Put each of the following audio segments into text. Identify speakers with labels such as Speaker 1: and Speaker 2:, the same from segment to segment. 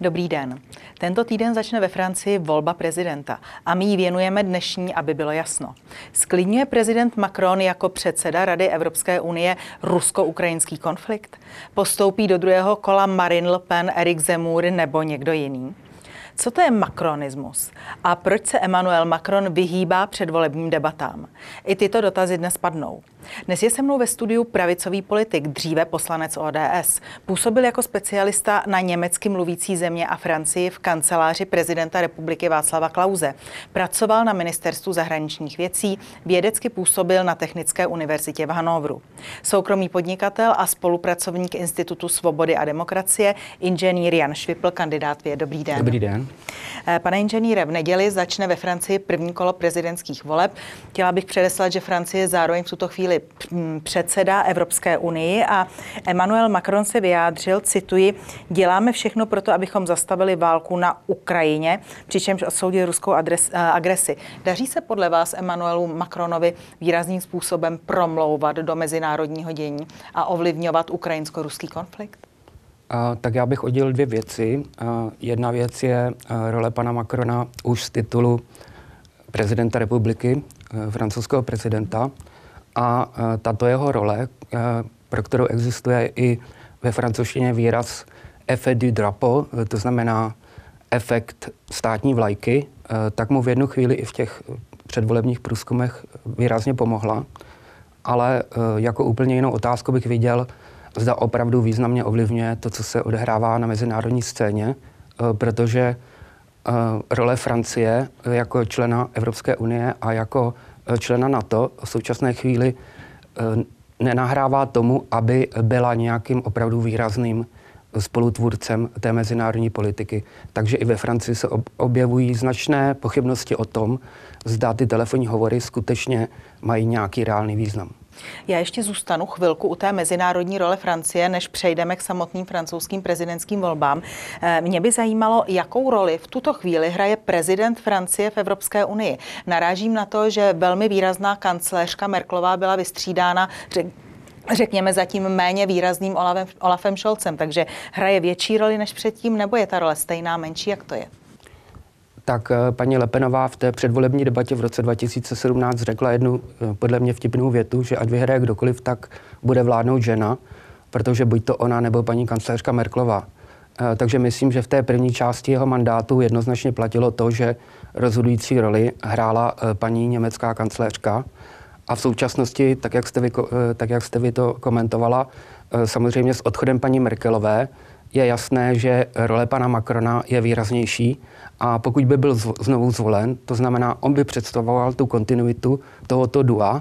Speaker 1: Dobrý den. Tento týden začne ve Francii volba prezidenta a my jí věnujeme dnešní, aby bylo jasno. Zklidňuje prezident Macron jako předseda Rady Evropské unie rusko-ukrajinský konflikt? Postoupí do druhého kola Marine Le Pen, Eric Zemmour nebo někdo jiný? Co to je makronismus a proč se Emmanuel Macron vyhýbá předvolebním debatám? I tyto dotazy dnes padnou. Dnes je se mnou ve studiu pravicový politik, dříve poslanec ODS. Působil jako specialista na německy mluvící země a Francii v kanceláři prezidenta republiky Václava Klause. Pracoval na ministerstvu zahraničních věcí, vědecky působil na Technické univerzitě v Hannoveru. Soukromý podnikatel a spolupracovník Institutu svobody a demokracie, inženýr Jan Švipl, kandidát věd. Dobrý den.
Speaker 2: Dobrý den.
Speaker 1: Pane inženýre, v neděli začne ve Francii první kolo prezidentských voleb. Chtěla bych předeslat, že Francie zároveň v tuto chvíli předseda Evropské unii a Emmanuel Macron se vyjádřil, cituji, děláme všechno pro to, abychom zastavili válku na Ukrajině, přičemž odsoudil ruskou agresi. Daří se podle vás Emmanuelu Macronovi výrazným způsobem promlouvat do mezinárodního dění a ovlivňovat ukrajinsko-ruský konflikt?
Speaker 2: Tak já bych oddělil dvě věci. Jedna věc je role pana Macrona už z titulu prezidenta republiky, francouzského prezidenta. A tato jeho role, pro kterou existuje i ve francouzštině výraz effet du drapeau, to znamená efekt státní vlajky, tak mu v jednu chvíli i v těch předvolebních průzkumech výrazně pomohla. Ale jako úplně jinou otázku bych viděl, zda opravdu významně ovlivňuje to, co se odehrává na mezinárodní scéně, protože role Francie jako člena Evropské unie a jako člena NATO v současné chvíli nenahrává tomu, aby byla nějakým opravdu výrazným spolutvůrcem té mezinárodní politiky. Takže i ve Francii se objevují značné pochybnosti o tom, zda ty telefonní hovory skutečně mají nějaký reálný význam.
Speaker 1: Já ještě zůstanu chvilku u té mezinárodní role Francie, než přejdeme k samotným francouzským prezidentským volbám. Mě by zajímalo, jakou roli v tuto chvíli hraje prezident Francie v Evropské unii. Narážím na to, že velmi výrazná kancléřka Merkelová byla vystřídána, řekněme, zatím méně výrazným Olafem Scholzem. Takže hraje větší roli než předtím, nebo je ta role stejná, menší, jak to je?
Speaker 2: Tak paní Le Penová v té předvolební debatě v roce 2017 řekla jednu podle mě vtipnou větu, že ať vyhraje kdokoliv, tak bude vládnout žena, protože buď to ona nebo paní kancléřka Merkelová. Takže myslím, že v té první části jeho mandátu jednoznačně platilo to, že rozhodující roli hrála paní německá kancléřka. A v současnosti, tak jak jste vy to komentovala, samozřejmě s odchodem paní Merkelové je jasné, že role pana Macrona je výraznější a pokud by byl znovu zvolen, to znamená, on by představoval tu kontinuitu tohoto dua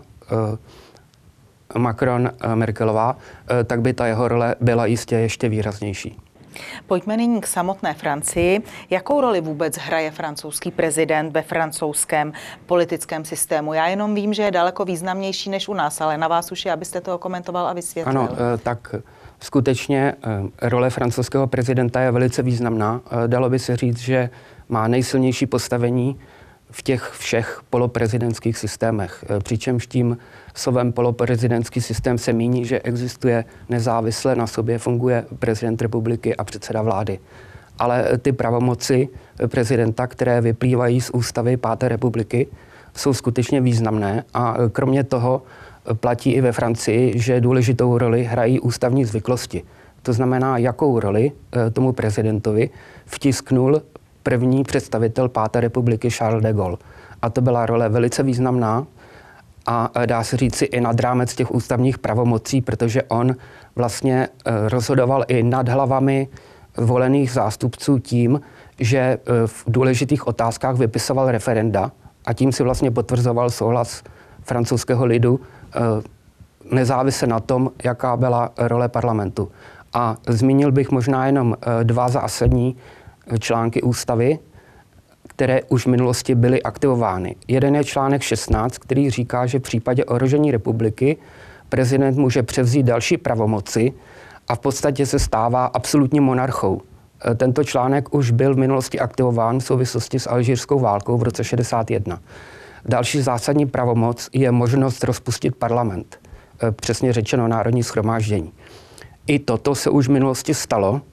Speaker 2: Macron-Merkelová, tak by ta jeho role byla jistě ještě výraznější.
Speaker 1: Pojďme nyní k samotné Francii. Jakou roli vůbec hraje francouzský prezident ve francouzském politickém systému? Já jenom vím, že je daleko významnější než u nás, ale na vás už je, abyste to komentoval a vysvětlil.
Speaker 2: Ano, tak skutečně role francouzského prezidenta je velice významná. Dalo by se říct, že má nejsilnější postavení v těch všech poloprezidentských systémech. Přičemž tím slovem poloprezidentský systém se míní, že existuje nezávisle na sobě, funguje prezident republiky a předseda vlády. Ale ty pravomoci prezidenta, které vyplývají z ústavy 5. republiky, jsou skutečně významné a kromě toho platí i ve Francii, že důležitou roli hrají ústavní zvyklosti. To znamená, jakou roli tomu prezidentovi vtisknul první představitel 5. republiky Charles de Gaulle. A to byla role velice významná a dá se říci i nad rámec těch ústavních pravomocí, protože on vlastně rozhodoval i nad hlavami volených zástupců tím, že v důležitých otázkách vypisoval referenda a tím si vlastně potvrzoval souhlas francouzského lidu nezávisle na tom, jaká byla role parlamentu. A zmínil bych možná jenom dva zásadní články ústavy, které už v minulosti byly aktivovány. Jeden je článek 16, který říká, že v případě ohrožení republiky prezident může převzít další pravomoci a v podstatě se stává absolutním monarchou. Tento článek už byl v minulosti aktivován v souvislosti s alžírskou válkou v roce 61. Další zásadní pravomoc je možnost rozpustit parlament, přesně řečeno Národní shromáždění. I toto se už v minulosti stalo.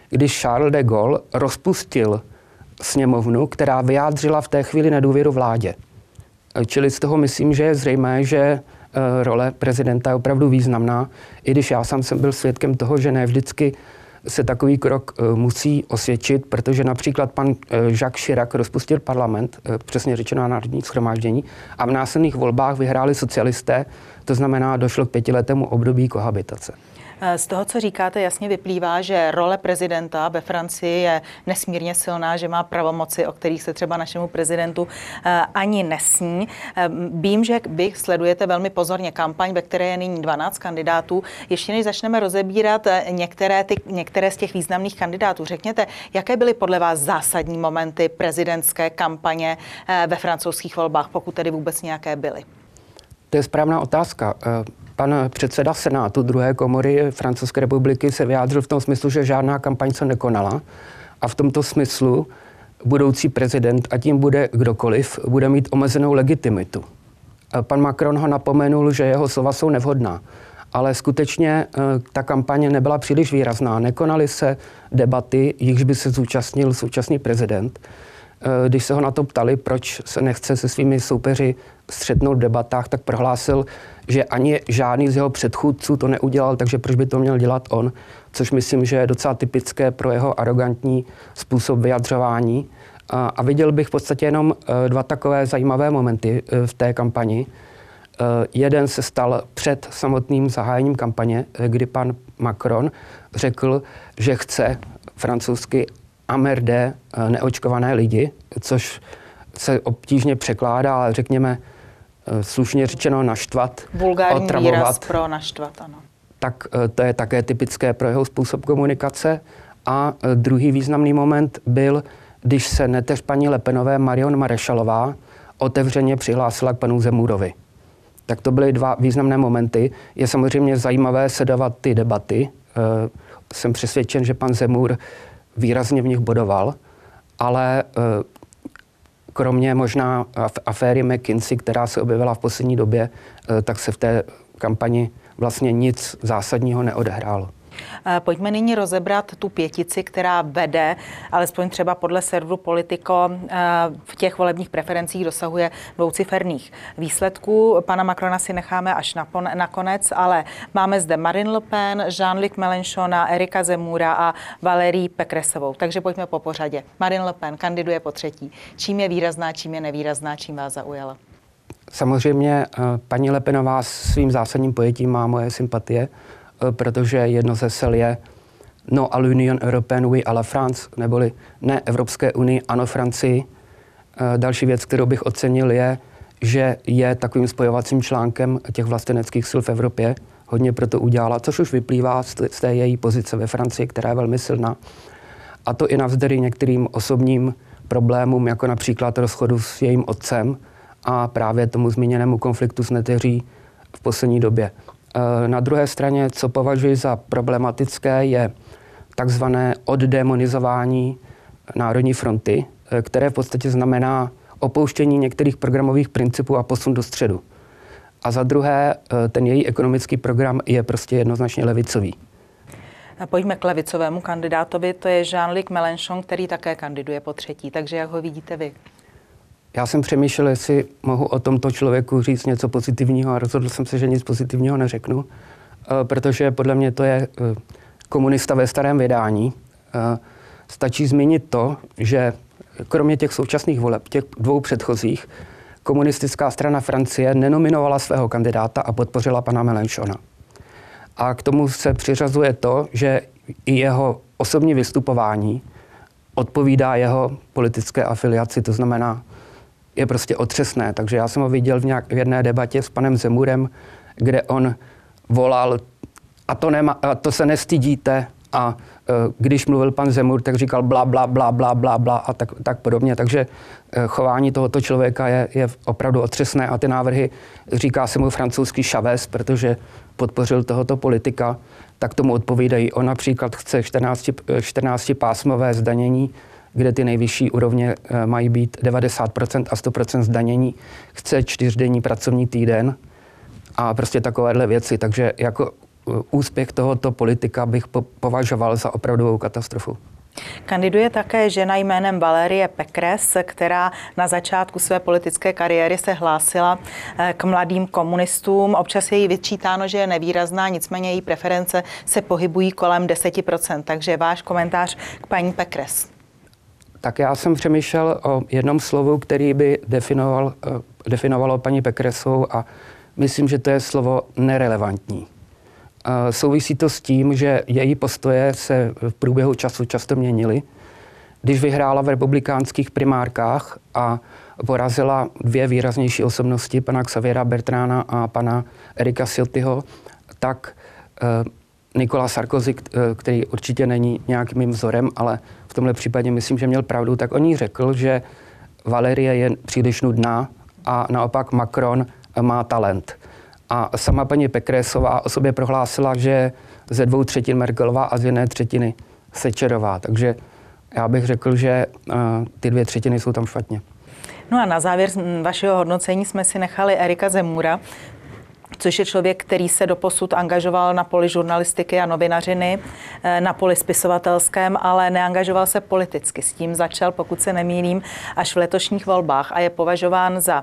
Speaker 2: když Charles de Gaulle rozpustil sněmovnu, která vyjádřila v té chvíli nedůvěru vládě. Čili z toho myslím, že je zřejmé, že role prezidenta je opravdu významná, i když já sám jsem byl svědkem toho, že ne vždycky se takový krok musí osvědčit, protože například pan Jacques Chirac rozpustil parlament, přesně řečeno Národní shromáždění, a v následných volbách vyhráli socialisté, to znamená, došlo k 5letému období kohabitace.
Speaker 1: Z toho, co říkáte, jasně vyplývá, že role prezidenta ve Francii je nesmírně silná, že má pravomoci, o kterých se třeba našemu prezidentu ani nesní. Vím, že vy sledujete velmi pozorně kampaň, ve které je nyní 12 kandidátů. Ještě než začneme rozebírat některé z těch významných kandidátů, řekněte, jaké byly podle vás zásadní momenty prezidentské kampaně ve francouzských volbách, pokud tedy vůbec nějaké byly?
Speaker 2: To je správná otázka. Pan předseda Senátu druhé komory Francouzské republiky se vyjádřil v tom smyslu, že žádná kampaň se nekonala a v tomto smyslu budoucí prezident, a tím bude kdokoliv, bude mít omezenou legitimitu. Pan Macron ho napomenul, že jeho slova jsou nevhodná, ale skutečně ta kampaně nebyla příliš výrazná. Nekonaly se debaty, jichž by se zúčastnil současný prezident. Když se ho na to ptali, proč se nechce se svými soupeři střetnout v debatách, tak prohlásil, že ani žádný z jeho předchůdců to neudělal, takže proč by to měl dělat on, což myslím, že je docela typické pro jeho arrogantní způsob vyjadřování. A viděl bych v podstatě jenom dva takové zajímavé momenty v té kampani. Jeden se stal před samotným zahájením kampaně, kdy pan Macron řekl, že chce francouzsky emmerder neočkované lidi, což se obtížně překládá, ale řekněme slušně řečeno naštvat,
Speaker 1: vulgární
Speaker 2: otravovat.
Speaker 1: Výraz pro naštvat, ano.
Speaker 2: Tak to je také typické pro jeho způsob komunikace. A druhý významný moment byl, když se neteř paní Le Penové Marion Maréchalová otevřeně přihlásila k panu Zemurovi. Tak to byly dva významné momenty. Je samozřejmě zajímavé sledovat ty debaty. Jsem přesvědčen, že pan Zemur výrazně v nich bodoval, ale kromě možná aféry McKinsey, která se objevila v poslední době, tak se v té kampani vlastně nic zásadního neodehrálo.
Speaker 1: Pojďme nyní rozebrat tu pětici, která vede, alespoň třeba podle serveru Politico, v těch volebních preferencích dosahuje dvouciferných výsledků. Pana Macrona si necháme až nakonec, ale máme zde Marine Le Pen, Jean-Luc Mélenchona, Erika Zemmoura a Valérie Pécressovou. Takže pojďme po pořadě. Marine Le Pen kandiduje po třetí. Čím je výrazná, čím je nevýrazná, čím vás zaujala?
Speaker 2: Samozřejmě paní Le Penová svým zásadním pojetím má moje sympatie, protože jedno ze sel je no à l'Union européenne, oui à la France, neboli ne Evropské unii, ano Francii. Další věc, kterou bych ocenil, je, že je takovým spojovacím článkem těch vlasteneckých sil v Evropě. Hodně proto udělala, což už vyplývá z té její pozice ve Francii, která je velmi silná. A to i navzdory některým osobním problémům, jako například rozchodu s jejím otcem a právě tomu zmíněnému konfliktu s neteří v poslední době. Na druhé straně, co považuji za problematické, je takzvané oddemonizování Národní fronty, které v podstatě znamená opouštění některých programových principů a posun do středu. A za druhé, ten její ekonomický program je prostě jednoznačně levicový.
Speaker 1: Pojďme k levicovému kandidátovi, to je Jean-Luc Mélenchon, který také kandiduje po třetí. Takže jak ho vidíte vy?
Speaker 2: Já jsem přemýšlel, jestli mohu o tomto člověku říct něco pozitivního a rozhodl jsem se, že nic pozitivního neřeknu, protože podle mě to je komunista ve starém vydání. Stačí zmínit to, že kromě těch současných voleb, těch dvou předchozích, komunistická strana Francie nenominovala svého kandidáta a podpořila pana Mélenchona. A k tomu se přiřazuje to, že i jeho osobní vystupování odpovídá jeho politické afiliaci, to znamená, je prostě otřesné. Takže já jsem ho viděl v jedné debatě s panem Zemurem, kde on volal, a to se nestydíte, a když mluvil pan Zemur, tak říkal bla, bla, bla, bla, bla, bla a tak podobně. Takže chování tohoto člověka je opravdu otřesné a ty návrhy, říká se mu francouzský Chavez, protože podpořil tohoto politika, tak tomu odpovídají. On například chce 14pásmové zdanění, kde ty nejvyšší úrovně mají být 90% a 100% zdanění. Chce 4denní pracovní týden a prostě takovéhle věci. Takže jako úspěch tohoto politika bych považoval za opravdovou katastrofu.
Speaker 1: Kandiduje také žena jménem Valérie Pécresse, která na začátku své politické kariéry se hlásila k mladým komunistům. Občas je jí vyčítáno, že je nevýrazná, nicméně její preference se pohybují kolem 10%. Takže váš komentář k paní Pécresse.
Speaker 2: Tak já jsem přemýšlel o jednom slovu, který by definovalo paní Pécressovou a myslím, že to je slovo nerelevantní. Souvisí to s tím, že její postoje se v průběhu času často měnily. Když vyhrála v republikánských primárkách a porazila dvě výraznější osobnosti, pana Xaviera Bertrana a pana Erika Ciottiho, tak Nicolas Sarkozy, který určitě není nějakým mým vzorem, ale v tomhle případě myslím, že měl pravdu, tak o ní řekl, že Valérie je příliš nudná a naopak Macron má talent. A sama paní Pécressová o sobě prohlásila, že ze 2/3 Merkelová a z 1/3 Thatcherová. Takže já bych řekl, že ty 2/3 jsou tam špatně.
Speaker 1: No a na závěr vašeho hodnocení jsme si nechali Erika Zemmoura, což je člověk, který se doposud angažoval na poli žurnalistiky a novinařiny, na poli spisovatelském, ale neangažoval se politicky. S tím začal, pokud se nemýlím, až v letošních volbách a je považován za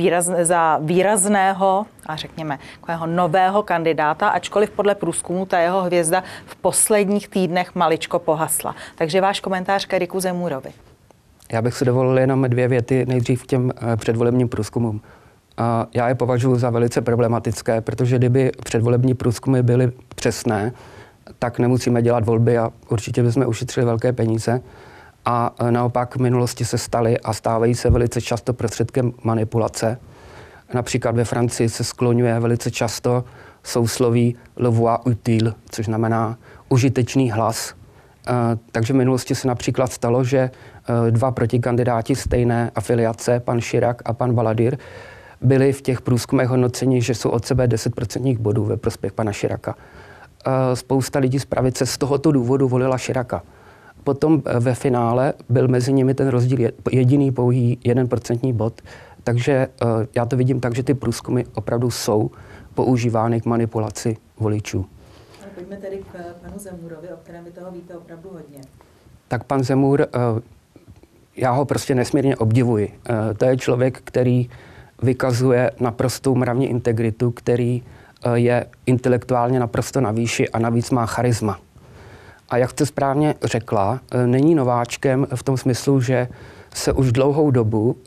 Speaker 1: výrazného a řekněme takového nového kandidáta, ačkoliv podle průzkumu ta jeho hvězda v posledních týdnech maličko pohasla. Takže váš komentář k Eriku Zemmourovi.
Speaker 2: Já bych si dovolil jenom 2 věty nejdřív k těm předvolebním průzkumům. Já je považuji za velice problematické, protože kdyby předvolební průzkumy byly přesné, tak nemusíme dělat volby a určitě bychom ušetřili velké peníze. A naopak v minulosti se staly a stávají se velice často prostředkem manipulace. Například ve Francii se skloňuje velice často sousloví le voix utile, což znamená užitečný hlas. Takže v minulosti se například stalo, že 2 protikandidáti stejné afiliace, pan Chirac a pan Balladur, byli v těch průzkumech hodnoceni, že jsou od sebe 10% bodů ve prospěch pana Chiraca. Spousta lidí z pravice z tohoto důvodu volila Chiraca. Potom ve finále byl mezi nimi ten rozdíl jediný pouhý 1% bod, takže já to vidím tak, že ty průzkumy opravdu jsou používány k manipulaci voličů.
Speaker 1: Ale pojďme tedy k panu Zemmourovi, o kterém vy toho víte opravdu hodně.
Speaker 2: Tak pan Zemmour, já ho prostě nesmírně obdivuji. To je člověk, který vykazuje naprostou mravní integritu, který je intelektuálně naprosto na výši a navíc má charisma. A jak jste správně řekla, není nováčkem v tom smyslu, že se už dlouhou dobu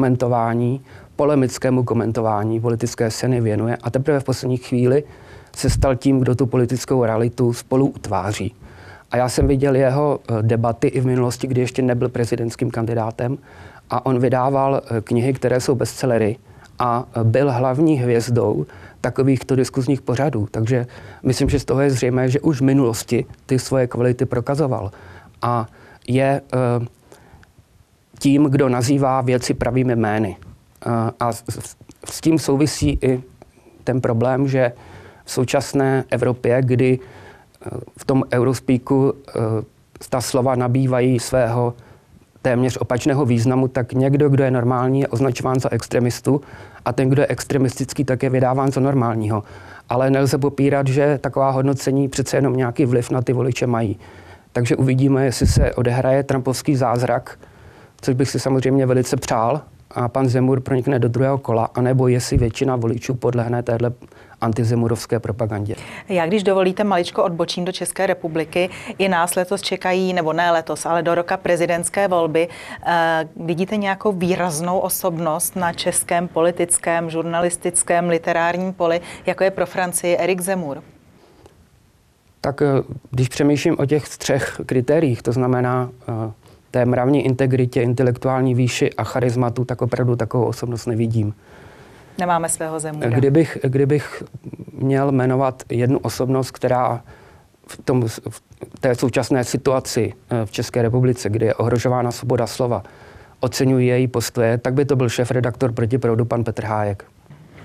Speaker 2: polemickému komentování politické scény věnuje a teprve v poslední chvíli se stal tím, kdo tu politickou realitu spolu utváří. A já jsem viděl jeho debaty i v minulosti, kdy ještě nebyl prezidentským kandidátem a on vydával knihy, které jsou bestsellery a byl hlavní hvězdou takovýchto diskuzních pořadů. Takže myslím, že z toho je zřejmé, že už v minulosti ty svoje kvality prokazoval. A je tím, kdo nazývá věci pravými jmény. A s tím souvisí i ten problém, že v současné Evropě, kdy v tom Eurospeaku ta slova nabývají svého téměř opačného významu, tak někdo, kdo je normální, je označován za extremistu a ten, kdo je extremistický, tak je vydáván za normálního. Ale nelze popírat, že taková hodnocení přece jenom nějaký vliv na ty voliče mají. Takže uvidíme, jestli se odehraje trumpovský zázrak, což bych si samozřejmě velice přál, a pan Zemmour pronikne do druhého kola, anebo jestli většina voličů podlehne téhle antizemurovské propagandě.
Speaker 1: Já, když dovolíte, maličko odbočím do České republiky. I nás letos čekají, nebo ne letos, ale do roka prezidentské volby. Vidíte nějakou výraznou osobnost na českém politickém, žurnalistickém, literárním poli, jako je pro Francii Erik Zemmour?
Speaker 2: Tak když přemýšlím o těch 3 kritériích, to znamená té mravní integritě, intelektuální výši a charizmatu, tak opravdu takovou osobnost nevidím.
Speaker 1: Nemáme svého Zemmoura.
Speaker 2: Kdybych měl jmenovat jednu osobnost, která v té současné situaci v České republice, kdy je ohrožována svoboda slova, oceňuji její postoje, tak by to byl šéfredaktor Protiproudu pan Petr Hájek.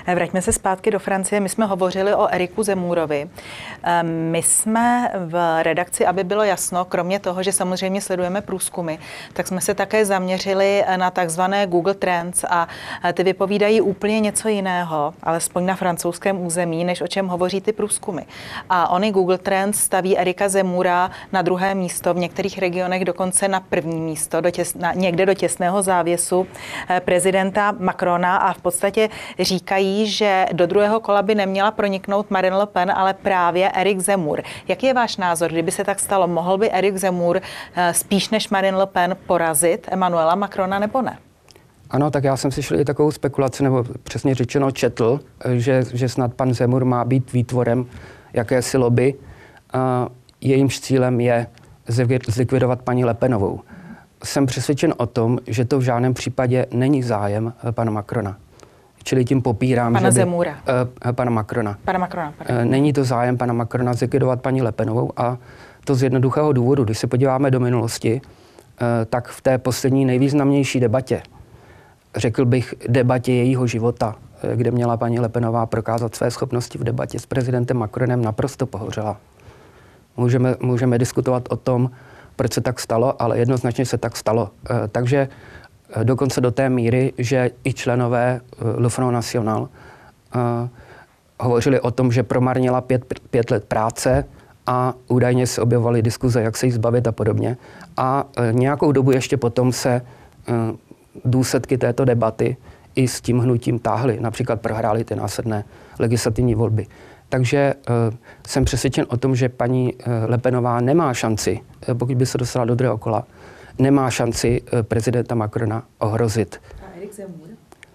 Speaker 1: Vraťme se zpátky do Francie. My jsme hovořili o Eriku Zemmoorovi. My jsme v redakci, aby bylo jasno, kromě toho, že samozřejmě sledujeme průzkumy, tak jsme se také zaměřili na takzvané Google Trends a ty vypovídají úplně něco jiného, alespoň na francouzském území, než o čem hovoří ty průzkumy. A ony Google Trends staví Erika Zemmoura na druhé místo, v některých regionech dokonce na první místo, někde do těsného závěsu prezidenta Macrona a v podstatě říkají, že do druhého kola by neměla proniknout Marine Le Pen, ale právě Erik Zemmour. Jaký je váš názor, kdyby se tak stalo? Mohl by Erik Zemmour spíš než Marine Le Pen porazit Emmanuela Macrona nebo ne?
Speaker 2: Ano, tak já jsem si šel i takovou spekulaci, nebo přesně řečeno četl, že snad pan Zemmour má být výtvorem jakési lobby. Jejímž cílem je zlikvidovat paní Le Penovou. Jsem přesvědčen o tom, že to v žádném případě není zájem pana Macrona. Čili tím popírám,
Speaker 1: pana Zemmoura.
Speaker 2: Pana Macrona.
Speaker 1: Pana Macrona.
Speaker 2: Není to zájem pana Macrona zlikvidovat paní Le Penovou a to z jednoduchého důvodu. Když se podíváme do minulosti, tak v té poslední nejvýznamnější debatě, řekl bych debatě jejího života, kde měla paní Le Penová prokázat své schopnosti v debatě s prezidentem Macronem, naprosto pohořela. Můžeme diskutovat o tom, proč se tak stalo, ale jednoznačně se tak stalo. Takže dokonce do té míry, že i členové Le Front National hovořili o tom, že promarnila 5 let práce a údajně se objevovaly diskuze, jak se jí zbavit a podobně. A nějakou dobu ještě potom se důsledky této debaty i s tím hnutím táhly. Například prohrály ty následné legislativní volby. Takže jsem přesvědčen o tom, že paní Le Penová nemá šanci, pokud by se dostala do druhého kola, nemá šanci prezidenta Macrona ohrozit.
Speaker 1: A Erik Zemmour?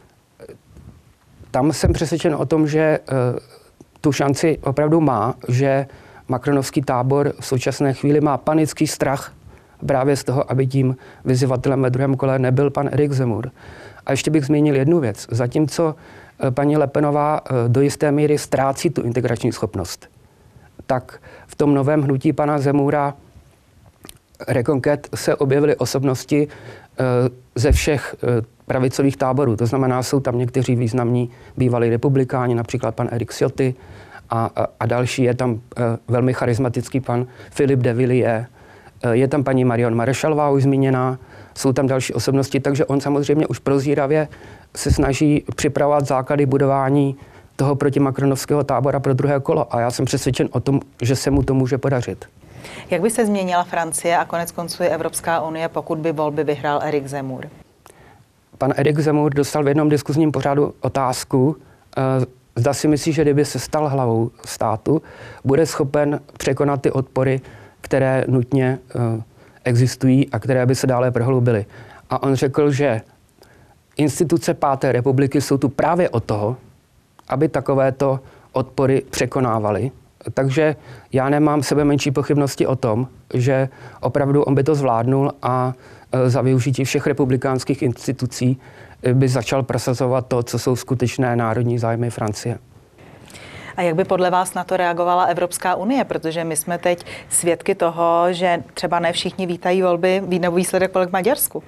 Speaker 2: Tam jsem přesvědčen o tom, že tu šanci opravdu má, že macronovský tábor v současné chvíli má panický strach právě z toho, aby tím vyzývatelem ve druhém kole nebyl pan Erik Zemmour. A ještě bych zmínil jednu věc. Zatímco paní Le Penová do jisté míry ztrácí tu integrační schopnost, tak v tom novém hnutí pana Zemmoura Reconquête se objevily osobnosti ze všech pravicových táborů. To znamená, jsou tam někteří významní bývalí republikáni, například pan Eric Ciotti a další. Je tam velmi charismatický pan Philippe de Villiers, je tam paní Marion Maréchalová už zmíněná, jsou tam další osobnosti, takže on samozřejmě už prozíravě se snaží připravovat základy budování toho protimacronovského tábora pro druhé kolo. A já jsem přesvědčen o tom, že se mu to může podařit.
Speaker 1: Jak by se změnila Francie a konec konců i Evropská unie, pokud by volby vyhrál Erik Zemmour?
Speaker 2: Pan Erik Zemmour dostal v jednom diskuzním pořadu otázku, zda si myslí, že kdyby se stal hlavou státu, bude schopen překonat ty odpory, které nutně existují a které by se dále prohloubily. A on řekl, že instituce Páté republiky jsou tu právě od toho, aby takovéto odpory překonávaly. Takže já nemám sebe menší pochybnosti o tom, že opravdu on by to zvládnul a za využití všech republikánských institucí by začal prosazovat to, co jsou skutečné národní zájmy Francie.
Speaker 1: A jak by podle vás na to reagovala Evropská unie? Protože my jsme teď svědky toho, že třeba ne všichni vítají volby nebo výsledek voleb v Maďarsku.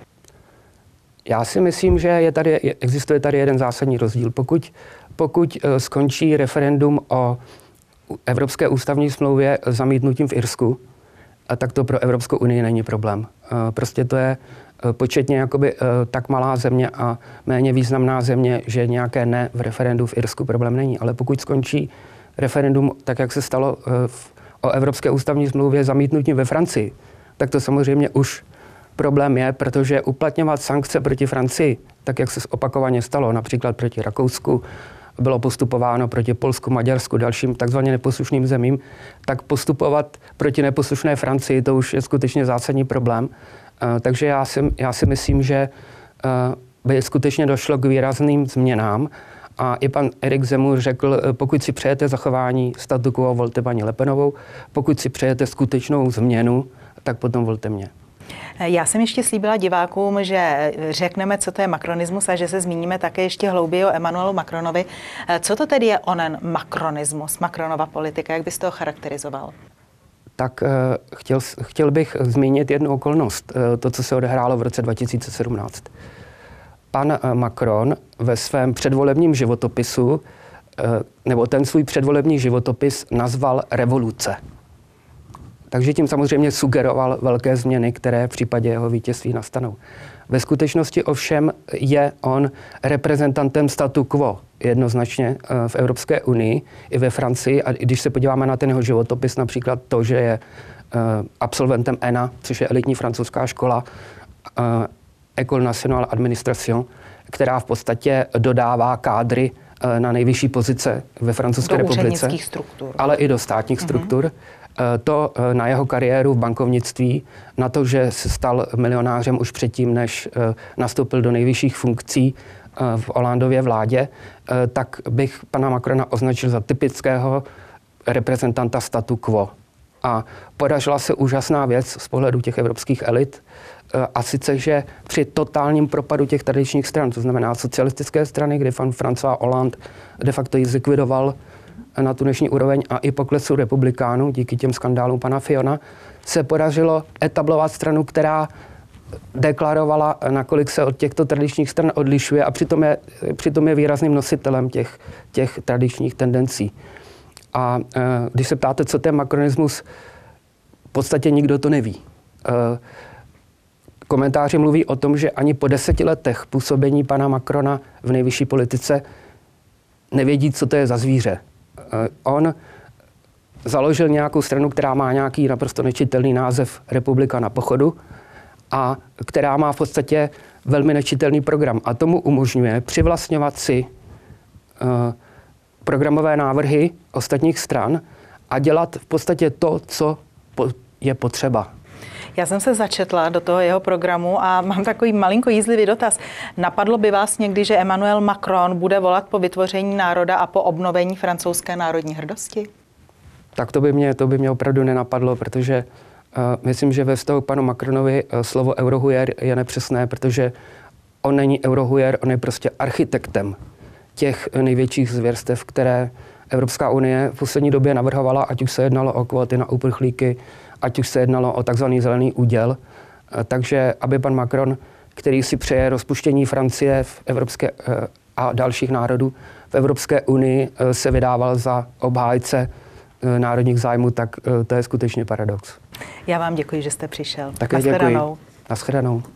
Speaker 2: Já si myslím, že existuje tady jeden zásadní rozdíl. Pokud skončí referendum o Evropské ústavní smlouvě zamítnutím v Irsku, tak to pro Evropskou unii není problém. Prostě to je početně jakoby tak malá země a méně významná země, že nějaké ne v referendu v Irsku problém není. Ale pokud skončí referendum, tak jak se stalo o Evropské ústavní smlouvě zamítnutím ve Francii, tak to samozřejmě už problém je, protože uplatňovat sankce proti Francii, tak jak se opakovaně stalo, například proti Rakousku, bylo postupováno proti Polsku, Maďarsku, dalším takzvaně neposlušným zemím, tak postupovat proti neposlušné Francii, to už je skutečně zásadní problém. Takže já si myslím, že by skutečně došlo k výrazným změnám. A i pan Erik Zemmour řekl, pokud si přejete zachování statu quo, volte paní Le Penovou, pokud si přejete skutečnou změnu, tak potom volte mě.
Speaker 1: Já jsem ještě slíbila divákům, že řekneme, co to je makronismus a že se zmíníme také ještě hlouběji o Emmanuelu Macronovi. Co to tedy je onen makronismus, Macronova politika, jak byste ho charakterizoval?
Speaker 2: Tak chtěl bych zmínit jednu okolnost, to, co se odehrálo v roce 2017. pan Macron ve svém předvolebním životopisu, nebo ten svůj předvolební životopis nazval revoluce. Takže tím samozřejmě sugeroval velké změny, které v případě jeho vítězství nastanou. Ve skutečnosti ovšem je on reprezentantem statu quo jednoznačně v Evropské unii i ve Francii. A když se podíváme na ten jeho životopis, například to, že je absolventem ENA, což je elitní francouzská škola, École nationale administration, která v podstatě dodává kádry na nejvyšší pozice ve Francouzské republice, ale i do státních struktur. To na jeho kariéru v bankovnictví, na to, že se stal milionářem už předtím, než nastoupil do nejvyšších funkcí v Hollandově vládě, tak bych pana Macrona označil za typického reprezentanta statu quo. A podařila se úžasná věc z pohledu těch evropských elit, a sice, že při totálním propadu těch tradičních stran, to znamená socialistické strany, kdy François Hollande de facto ji zlikvidoval na tu dnešní úroveň, a i poklesu republikánů díky těm skandálům pana Fiona, se podařilo etablovat stranu, která deklarovala, nakolik se od těchto tradičních stran odlišuje, a přitom je výrazným nositelem těch tradičních tendencí. A když se ptáte, co to je makronismus, v podstatě nikdo to neví. Komentáři mluví o tom, že ani po 10 letech působení pana Macrona v nejvyšší politice nevědí, co to je za zvíře. On založil nějakou stranu, která má nějaký naprosto nečitelný název Republika na pochodu a která má v podstatě velmi nečitelný program. A tomu umožňuje přivlastňovat si programové návrhy ostatních stran a dělat v podstatě to, co je potřeba.
Speaker 1: Já jsem se začetla do toho jeho programu a mám takový malinko jízlivý dotaz. Napadlo by vás někdy, že Emmanuel Macron bude volat po vytvoření národa a po obnovení francouzské národní hrdosti?
Speaker 2: Tak to by mě opravdu nenapadlo, protože myslím, že ve vztahu k panu Macronovi slovo eurohujer je nepřesné, protože on není eurohujer, on je prostě architektem těch největších zvěrstev, které Evropská unie v poslední době navrhovala, ať už se jednalo o kvóty na uprchlíky, ať už se jednalo o takzvaný zelený úděl. Takže aby pan Macron, který si přeje rozpuštění Francie v Evropské a dalších národů v Evropské unii, se vydával za obhájce národních zájmů, tak to je skutečně paradox.
Speaker 1: Já vám děkuji, že jste přišel.
Speaker 2: Také děkuji. Naschledanou.